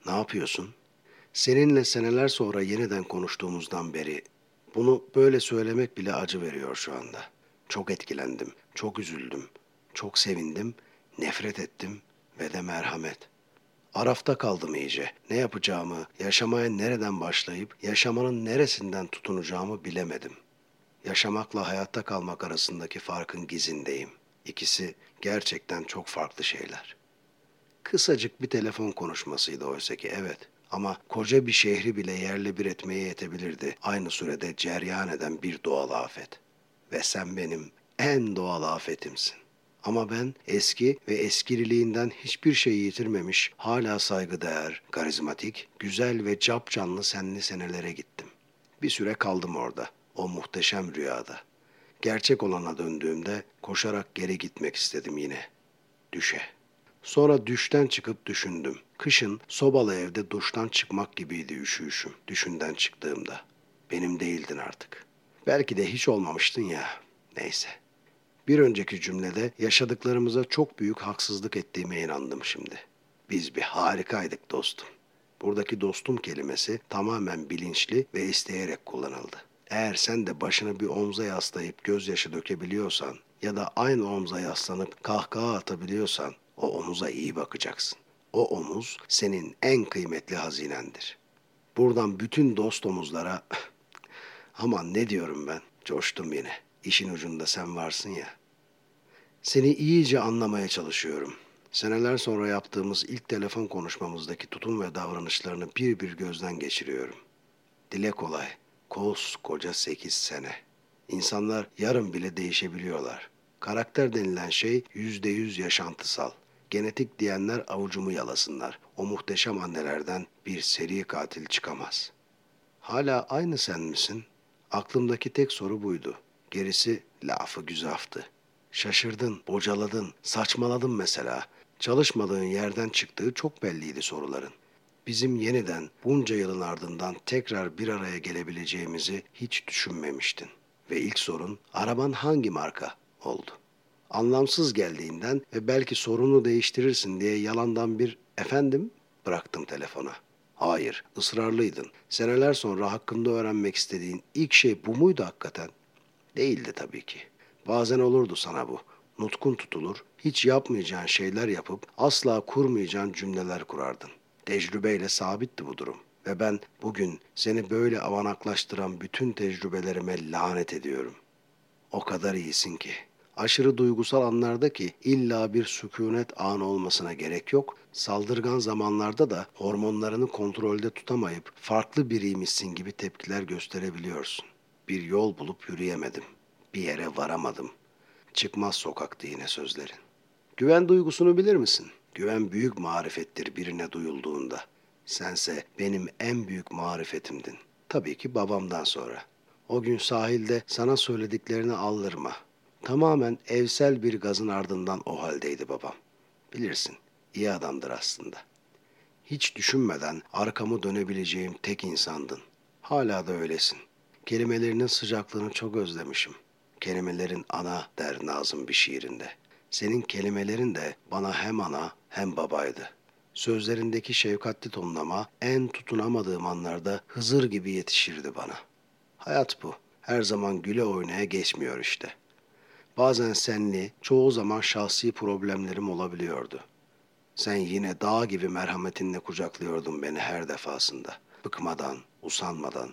Ne yapıyorsun? Seninle seneler sonra yeniden konuştuğumuzdan beri bunu böyle söylemek bile acı veriyor şu anda. Çok etkilendim, çok üzüldüm, çok sevindim, nefret ettim ve de merhamet. Arafta kaldım iyice. Ne yapacağımı, yaşamaya nereden başlayıp yaşamanın neresinden tutunacağımı bilemedim. Yaşamakla hayatta kalmak arasındaki farkın gizindeyim. İkisi gerçekten çok farklı şeyler. Kısacık bir telefon konuşmasıydı oysa ki evet. Ama koca bir şehri bile yerle bir etmeye yetebilirdi. Aynı sürede cereyan eden bir doğal afet. Ve sen benim en doğal afetimsin. Ama ben eski ve eskililiğinden hiçbir şey yitirmemiş, hala saygıdeğer, karizmatik, güzel ve capcanlı senli senelere gittim. Bir süre kaldım orada, o muhteşem rüyada. Gerçek olana döndüğümde koşarak geri gitmek istedim yine. Düşe. Sonra düşten çıkıp düşündüm. Kışın sobalı evde duştan çıkmak gibiydi üşüyüşüm düşünden çıktığımda. Benim değildin artık. Belki de hiç olmamıştın ya. Neyse. Bir önceki cümlede yaşadıklarımıza çok büyük haksızlık ettiğime inandım şimdi. Biz bir harikaydık dostum. Buradaki dostum kelimesi tamamen bilinçli ve isteyerek kullanıldı. Eğer sen de başını bir omza yaslayıp gözyaşı dökebiliyorsan ya da aynı omza yaslanıp kahkaha atabiliyorsan o omuza iyi bakacaksın. O omuz senin en kıymetli hazinendir. Buradan bütün dost omuzlara aman ne diyorum ben coştum yine. İşin ucunda sen varsın ya. Seni iyice anlamaya çalışıyorum. Seneler sonra yaptığımız ilk telefon konuşmamızdaki tutum ve davranışlarını bir bir gözden geçiriyorum. Dile kolay, koskoca 8 sene. İnsanlar yarın bile değişebiliyorlar. Karakter denilen şey %100 yaşantısal. Genetik diyenler avucumu yalasınlar. O muhteşem annelerden bir seri katil çıkamaz. Hala aynı sen misin? Aklımdaki tek soru buydu. Gerisi lafı güzaftı. Şaşırdın, bocaladın, saçmaladın mesela. Çalışmadığın yerden çıktığı çok belliydi soruların. Bizim yeniden bunca yılın ardından tekrar bir araya gelebileceğimizi hiç düşünmemiştin. Ve ilk sorun araban hangi marka oldu. Anlamsız geldiğinden ve belki sorunu değiştirirsin diye yalandan bir efendim bıraktım telefona. Hayır, ısrarlıydın. Seneler sonra hakkında öğrenmek istediğin ilk şey bu muydu hakikaten? Değildi tabii ki. Bazen olurdu sana bu. Nutkun tutulur, hiç yapmayacağın şeyler yapıp asla kurmayacağın cümleler kurardın. Tecrübeyle sabitti bu durum. Ve ben bugün seni böyle avanaklaştıran bütün tecrübelerime lanet ediyorum. O kadar iyisin ki. Aşırı duygusal anlarda ki illa bir sükunet anı olmasına gerek yok. Saldırgan zamanlarda da hormonlarını kontrolde tutamayıp farklı biriymişsin gibi tepkiler gösterebiliyorsun. Bir yol bulup yürüyemedim. Bir yere varamadım. Çıkmaz sokaktı yine sözlerin. Güven duygusunu bilir misin? Güven büyük marifettir birine duyulduğunda. Sense benim en büyük marifetimdin. Tabii ki babamdan sonra. O gün sahilde sana söylediklerini aldırma. Tamamen evsel bir gazın ardından o haldeydi babam. Bilirsin, iyi adamdır aslında. Hiç düşünmeden arkamı dönebileceğim tek insandın. Hala da öylesin. Kelimelerinin sıcaklığını çok özlemişim. Kelimelerin ana der Nazım bir şiirinde. Senin kelimelerin de bana hem ana hem babaydı. Sözlerindeki şefkatli tonlama en tutunamadığım anlarda Hızır gibi yetişirdi bana. Hayat bu. Her zaman güle oynaya geçmiyor işte. Bazen senli, çoğu zaman şahsi problemlerim olabiliyordu. Sen yine dağ gibi merhametinle kucaklıyordun beni her defasında. Bıkmadan, usanmadan.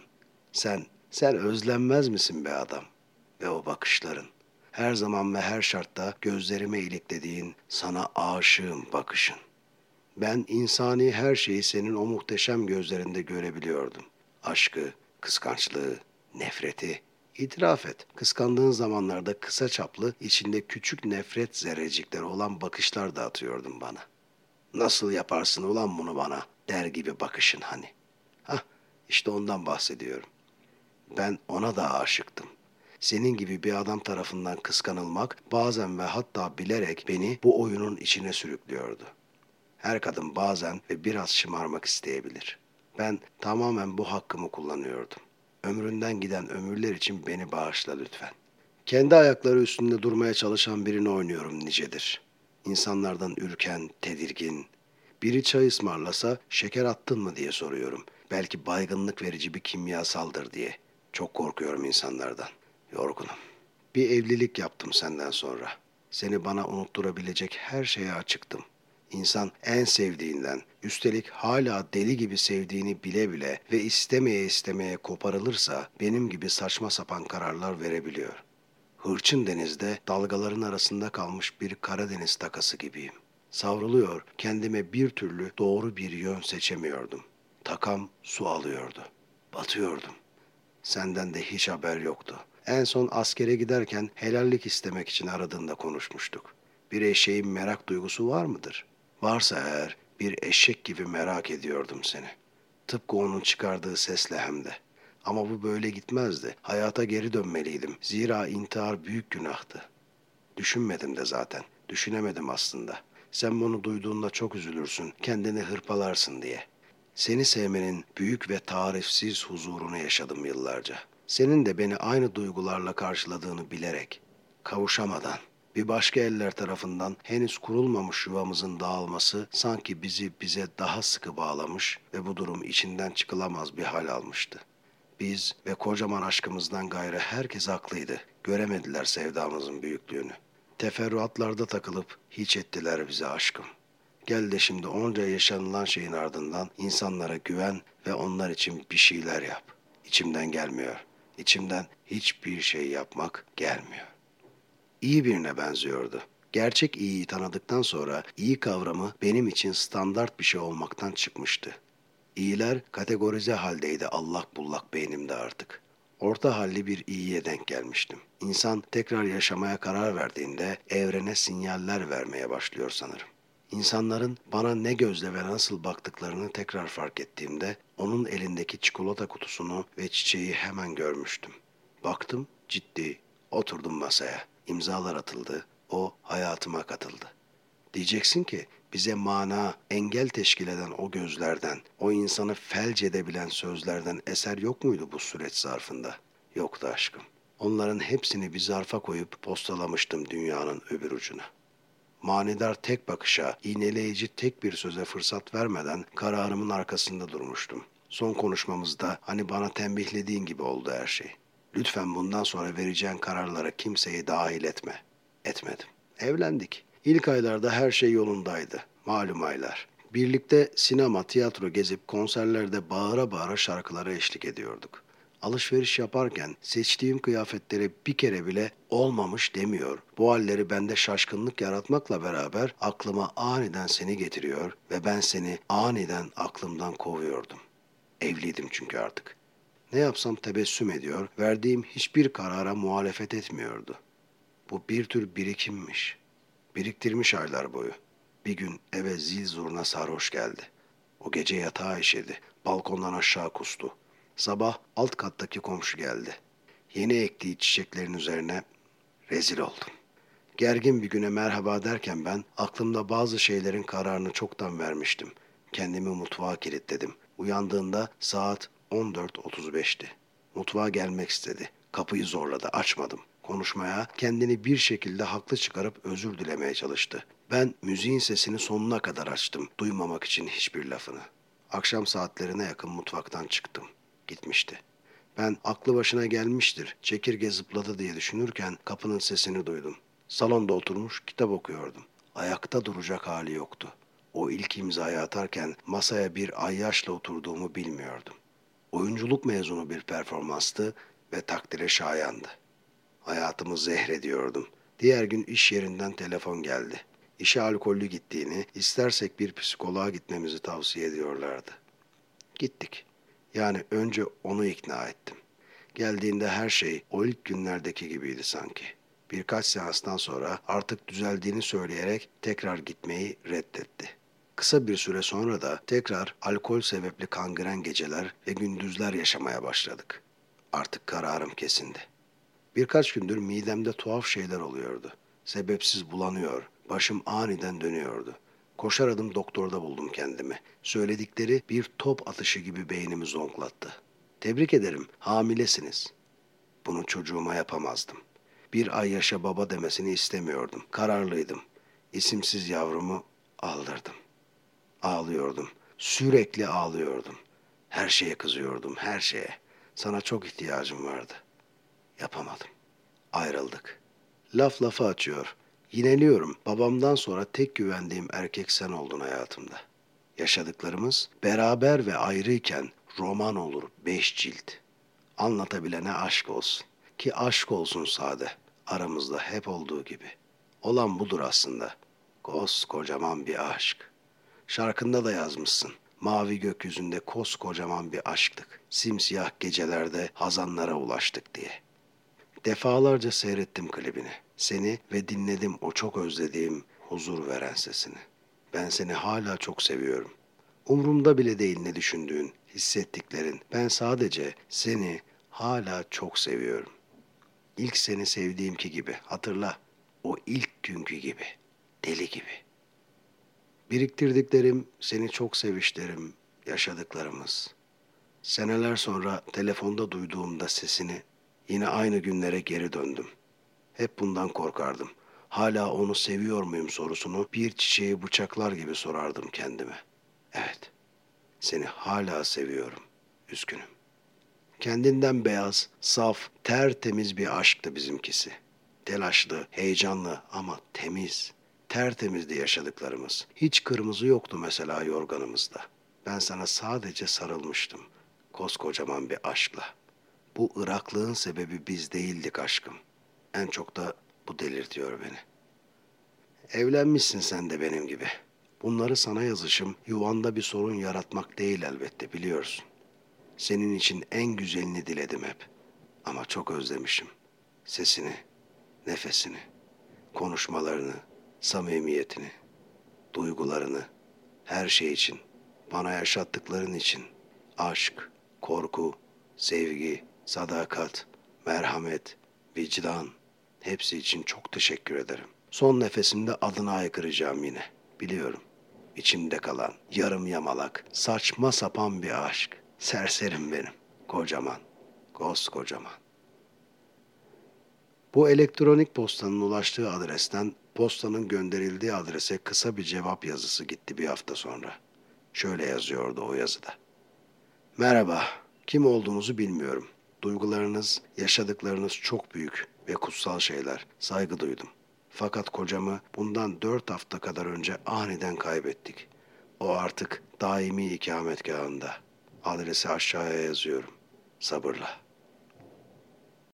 Sen özlenmez misin be adam? Ve o bakışların. Her zaman ve her şartta gözlerime iliklediğin, sana aşığım bakışın. Ben insani her şeyi senin o muhteşem gözlerinde görebiliyordum. Aşkı, kıskançlığı, nefreti. İtiraf et, kıskandığın zamanlarda kısa çaplı, içinde küçük nefret zerrecikleri olan bakışlar da atıyordun bana. Nasıl yaparsın ulan bunu bana der gibi bakışın hani. Hah, işte ondan bahsediyorum. Ben ona da aşıktım. Senin gibi bir adam tarafından kıskanılmak bazen ve hatta bilerek beni bu oyunun içine sürüklüyordu. Her kadın bazen ve biraz şımarmak isteyebilir. Ben tamamen bu hakkımı kullanıyordum. Ömründen giden ömürler için beni bağışla lütfen. Kendi ayakları üstünde durmaya çalışan birini oynuyorum nicedir. İnsanlardan ürken, tedirgin, Biri çay ısmarlasa şeker attın mı diye soruyorum. Belki baygınlık verici bir kimyasaldır diye. Çok korkuyorum insanlardan. Yorgunum. Bir evlilik yaptım senden sonra. Seni bana unutturabilecek her şeye açıktım. İnsan en sevdiğinden, üstelik hala deli gibi sevdiğini bile bile ve istemeye istemeye koparılırsa benim gibi saçma sapan kararlar verebiliyor. Hırçın denizde dalgaların arasında kalmış bir Karadeniz takası gibiyim. Savruluyor, kendime bir türlü doğru bir yön seçemiyordum. Takam su alıyordu. Batıyordum. Senden de hiç haber yoktu. En son askere giderken helallik istemek için aradığında konuşmuştuk. Bir eşeğin merak duygusu var mıdır? Varsa eğer bir eşek gibi merak ediyordum seni. Tıpkı onun çıkardığı sesle hem de. Ama bu böyle gitmezdi. Hayata geri dönmeliydim. Zira intihar büyük günahtı. Düşünmedim de zaten. Düşünemedim aslında. Sen bunu duyduğunda çok üzülürsün, kendini hırpalarsın diye. Seni sevmenin büyük ve tarifsiz huzurunu yaşadım yıllarca. Senin de beni aynı duygularla karşıladığını bilerek, kavuşamadan, bir başka eller tarafından henüz kurulmamış yuvamızın dağılması sanki bize daha sıkı bağlamış ve bu durum içinden çıkılamaz bir hal almıştı. Biz ve kocaman aşkımızdan gayrı herkes haklıydı. Göremediler sevdamızın büyüklüğünü. Teferruatlarda takılıp hiç ettiler bize aşkım. Gel de şimdi onca yaşanılan şeyin ardından insanlara güven ve onlar için bir şeyler yap. İçimden gelmiyor. İçimden hiçbir şey yapmak gelmiyor. İyi birine benziyordu. Gerçek iyiyi tanıdıktan sonra iyi kavramı benim için standart bir şey olmaktan çıkmıştı. İyiler kategorize haldeydi allak bullak beynimde artık. Orta halli bir iyiye denk gelmiştim. İnsan tekrar yaşamaya karar verdiğinde evrene sinyaller vermeye başlıyor sanırım. İnsanların bana ne gözle ve nasıl baktıklarını tekrar fark ettiğimde onun elindeki çikolata kutusunu ve çiçeği hemen görmüştüm. Baktım ciddi, oturdum masaya. İmzalar atıldı, o hayatıma katıldı. Diyeceksin ki bize mana, engel teşkil eden o gözlerden, o insanı felç edebilen sözlerden eser yok muydu bu süreç zarfında? Yoktu aşkım. Onların hepsini bir zarfa koyup postalamıştım dünyanın öbür ucuna. Manidar tek bakışa, iğneleyici tek bir söze fırsat vermeden kararımın arkasında durmuştum. Son konuşmamızda hani bana tembihlediğin gibi oldu her şey. Lütfen bundan sonra vereceğin kararlara kimseyi dahil etme. Etmedim. Evlendik. İlk aylarda her şey yolundaydı. Malum aylar. Birlikte sinema, tiyatro gezip konserlerde bağıra bağıra şarkılara eşlik ediyorduk. Alışveriş yaparken seçtiğim kıyafetlere bir kere bile olmamış demiyor. Bu halleri bende şaşkınlık yaratmakla beraber aklıma aniden seni getiriyor ve ben seni aniden aklımdan kovuyordum. Evliydim çünkü artık. Ne yapsam tebessüm ediyor, verdiğim hiçbir karara muhalefet etmiyordu. Bu bir tür birikimmiş. Biriktirmiş aylar boyu. Bir gün eve zil zurna sarhoş geldi. O gece yatağa işedi. Balkondan aşağı kustu. Sabah alt kattaki komşu geldi. Yeni ektiği çiçeklerin üzerine rezil oldum. Gergin bir güne merhaba derken ben aklımda bazı şeylerin kararını çoktan vermiştim. Kendimi mutfağa kilitledim. Uyandığında saat 14.35'ti. Mutfağa gelmek istedi. Kapıyı zorladı, açmadım. Konuşmaya, kendini bir şekilde haklı çıkarıp özür dilemeye çalıştı. Ben müziğin sesini sonuna kadar açtım, duymamak için hiçbir lafını. Akşam saatlerine yakın mutfaktan çıktım. Gitmişti. Ben aklı başına gelmiştir, çekirge zıpladı diye düşünürken kapının sesini duydum. Salonda oturmuş kitap okuyordum. Ayakta duracak hali yoktu. O ilk imzayı atarken masaya bir ayyaşla oturduğumu bilmiyordum. Oyunculuk mezunu bir performanstı ve takdire şayandı. Hayatımı zehrediyordum. Diğer gün iş yerinden telefon geldi. İşe alkollü gittiğini, istersek bir psikoloğa gitmemizi tavsiye ediyorlardı. Gittik. Yani önce onu ikna ettim. Geldiğinde her şey o ilk günlerdeki gibiydi sanki. Birkaç seanstan sonra artık düzeldiğini söyleyerek tekrar gitmeyi reddetti. Kısa bir süre sonra da tekrar alkol sebepli kangren geceler ve gündüzler yaşamaya başladık. Artık kararım kesindi. Birkaç gündür midemde tuhaf şeyler oluyordu. Sebepsiz bulanıyor, başım aniden dönüyordu. Koşar adım doktorda buldum kendimi. Söyledikleri bir top atışı gibi beynimi zonklattı. Tebrik ederim, hamilesiniz. Bunu çocuğuma yapamazdım. Bir ay yaşa baba demesini istemiyordum. Kararlıydım. İsimsiz yavrumu aldırdım. Ağlıyordum. Sürekli ağlıyordum. Her şeye kızıyordum, her şeye. Sana çok ihtiyacım vardı. Yapamadım. Ayrıldık. Laf lafa açıyor. Yineliyorum. Babamdan sonra tek güvendiğim erkek sen oldun hayatımda. Yaşadıklarımız beraber ve ayrıyken roman olur 5 cilt. Anlatabilene aşk olsun. Ki aşk olsun sade. Aramızda hep olduğu gibi. Olan budur aslında. Koskocaman bir aşk. Şarkında da yazmışsın. Mavi gökyüzünde koskocaman bir aşktık. Simsiyah gecelerde hazanlara ulaştık diye. Defalarca seyrettim klibini. Seni ve dinledim o çok özlediğim huzur veren sesini. Ben seni hala çok seviyorum. Umrumda bile değil ne düşündüğün, hissettiklerin. Ben sadece seni hala çok seviyorum. İlk seni sevdiğimki gibi. Hatırla. O ilk günkü gibi. Deli gibi. Biriktirdiklerim, seni çok sevişlerim, yaşadıklarımız. Seneler sonra telefonda duyduğumda sesini yine aynı günlere geri döndüm. Hep bundan korkardım. Hala onu seviyor muyum sorusunu bir çiçeği bıçaklar gibi sorardım kendime. Evet, seni hala seviyorum. Üzgünüm. Kendinden beyaz, saf, tertemiz bir aşktı bizimkisi. Telaşlı, heyecanlı ama temiz. Tertemizdi yaşadıklarımız. Hiç kırmızı yoktu mesela yorganımızda. Ben sana sadece sarılmıştım. Koskocaman bir aşkla. Bu ıraklığın sebebi biz değildik aşkım. En çok da bu delirtiyor beni. Evlenmişsin sen de benim gibi. Bunları sana yazışım yuvanda bir sorun yaratmak değil elbette biliyorsun. Senin için en güzelini diledim hep. Ama çok özlemişim. Sesini, nefesini, konuşmalarını, samimiyetini, duygularını, her şey için, bana yaşattıkların için, aşk, korku, sevgi, sadakat, merhamet, vicdan, hepsi için çok teşekkür ederim. Son nefesimde adını haykıracağım yine, biliyorum. İçimde kalan, yarım yamalak, saçma sapan bir aşk. Serserim benim, kocaman, koskocaman. Bu elektronik postanın ulaştığı adresten postanın gönderildiği adrese kısa bir cevap yazısı gitti bir hafta sonra. Şöyle yazıyordu o yazıda. Merhaba, kim olduğunuzu bilmiyorum. Duygularınız, yaşadıklarınız çok büyük ve kutsal şeyler. Saygı duydum. Fakat kocamı bundan 4 hafta kadar önce aniden kaybettik. O artık daimi ikametgahında. Adresi aşağıya yazıyorum. Sabırla.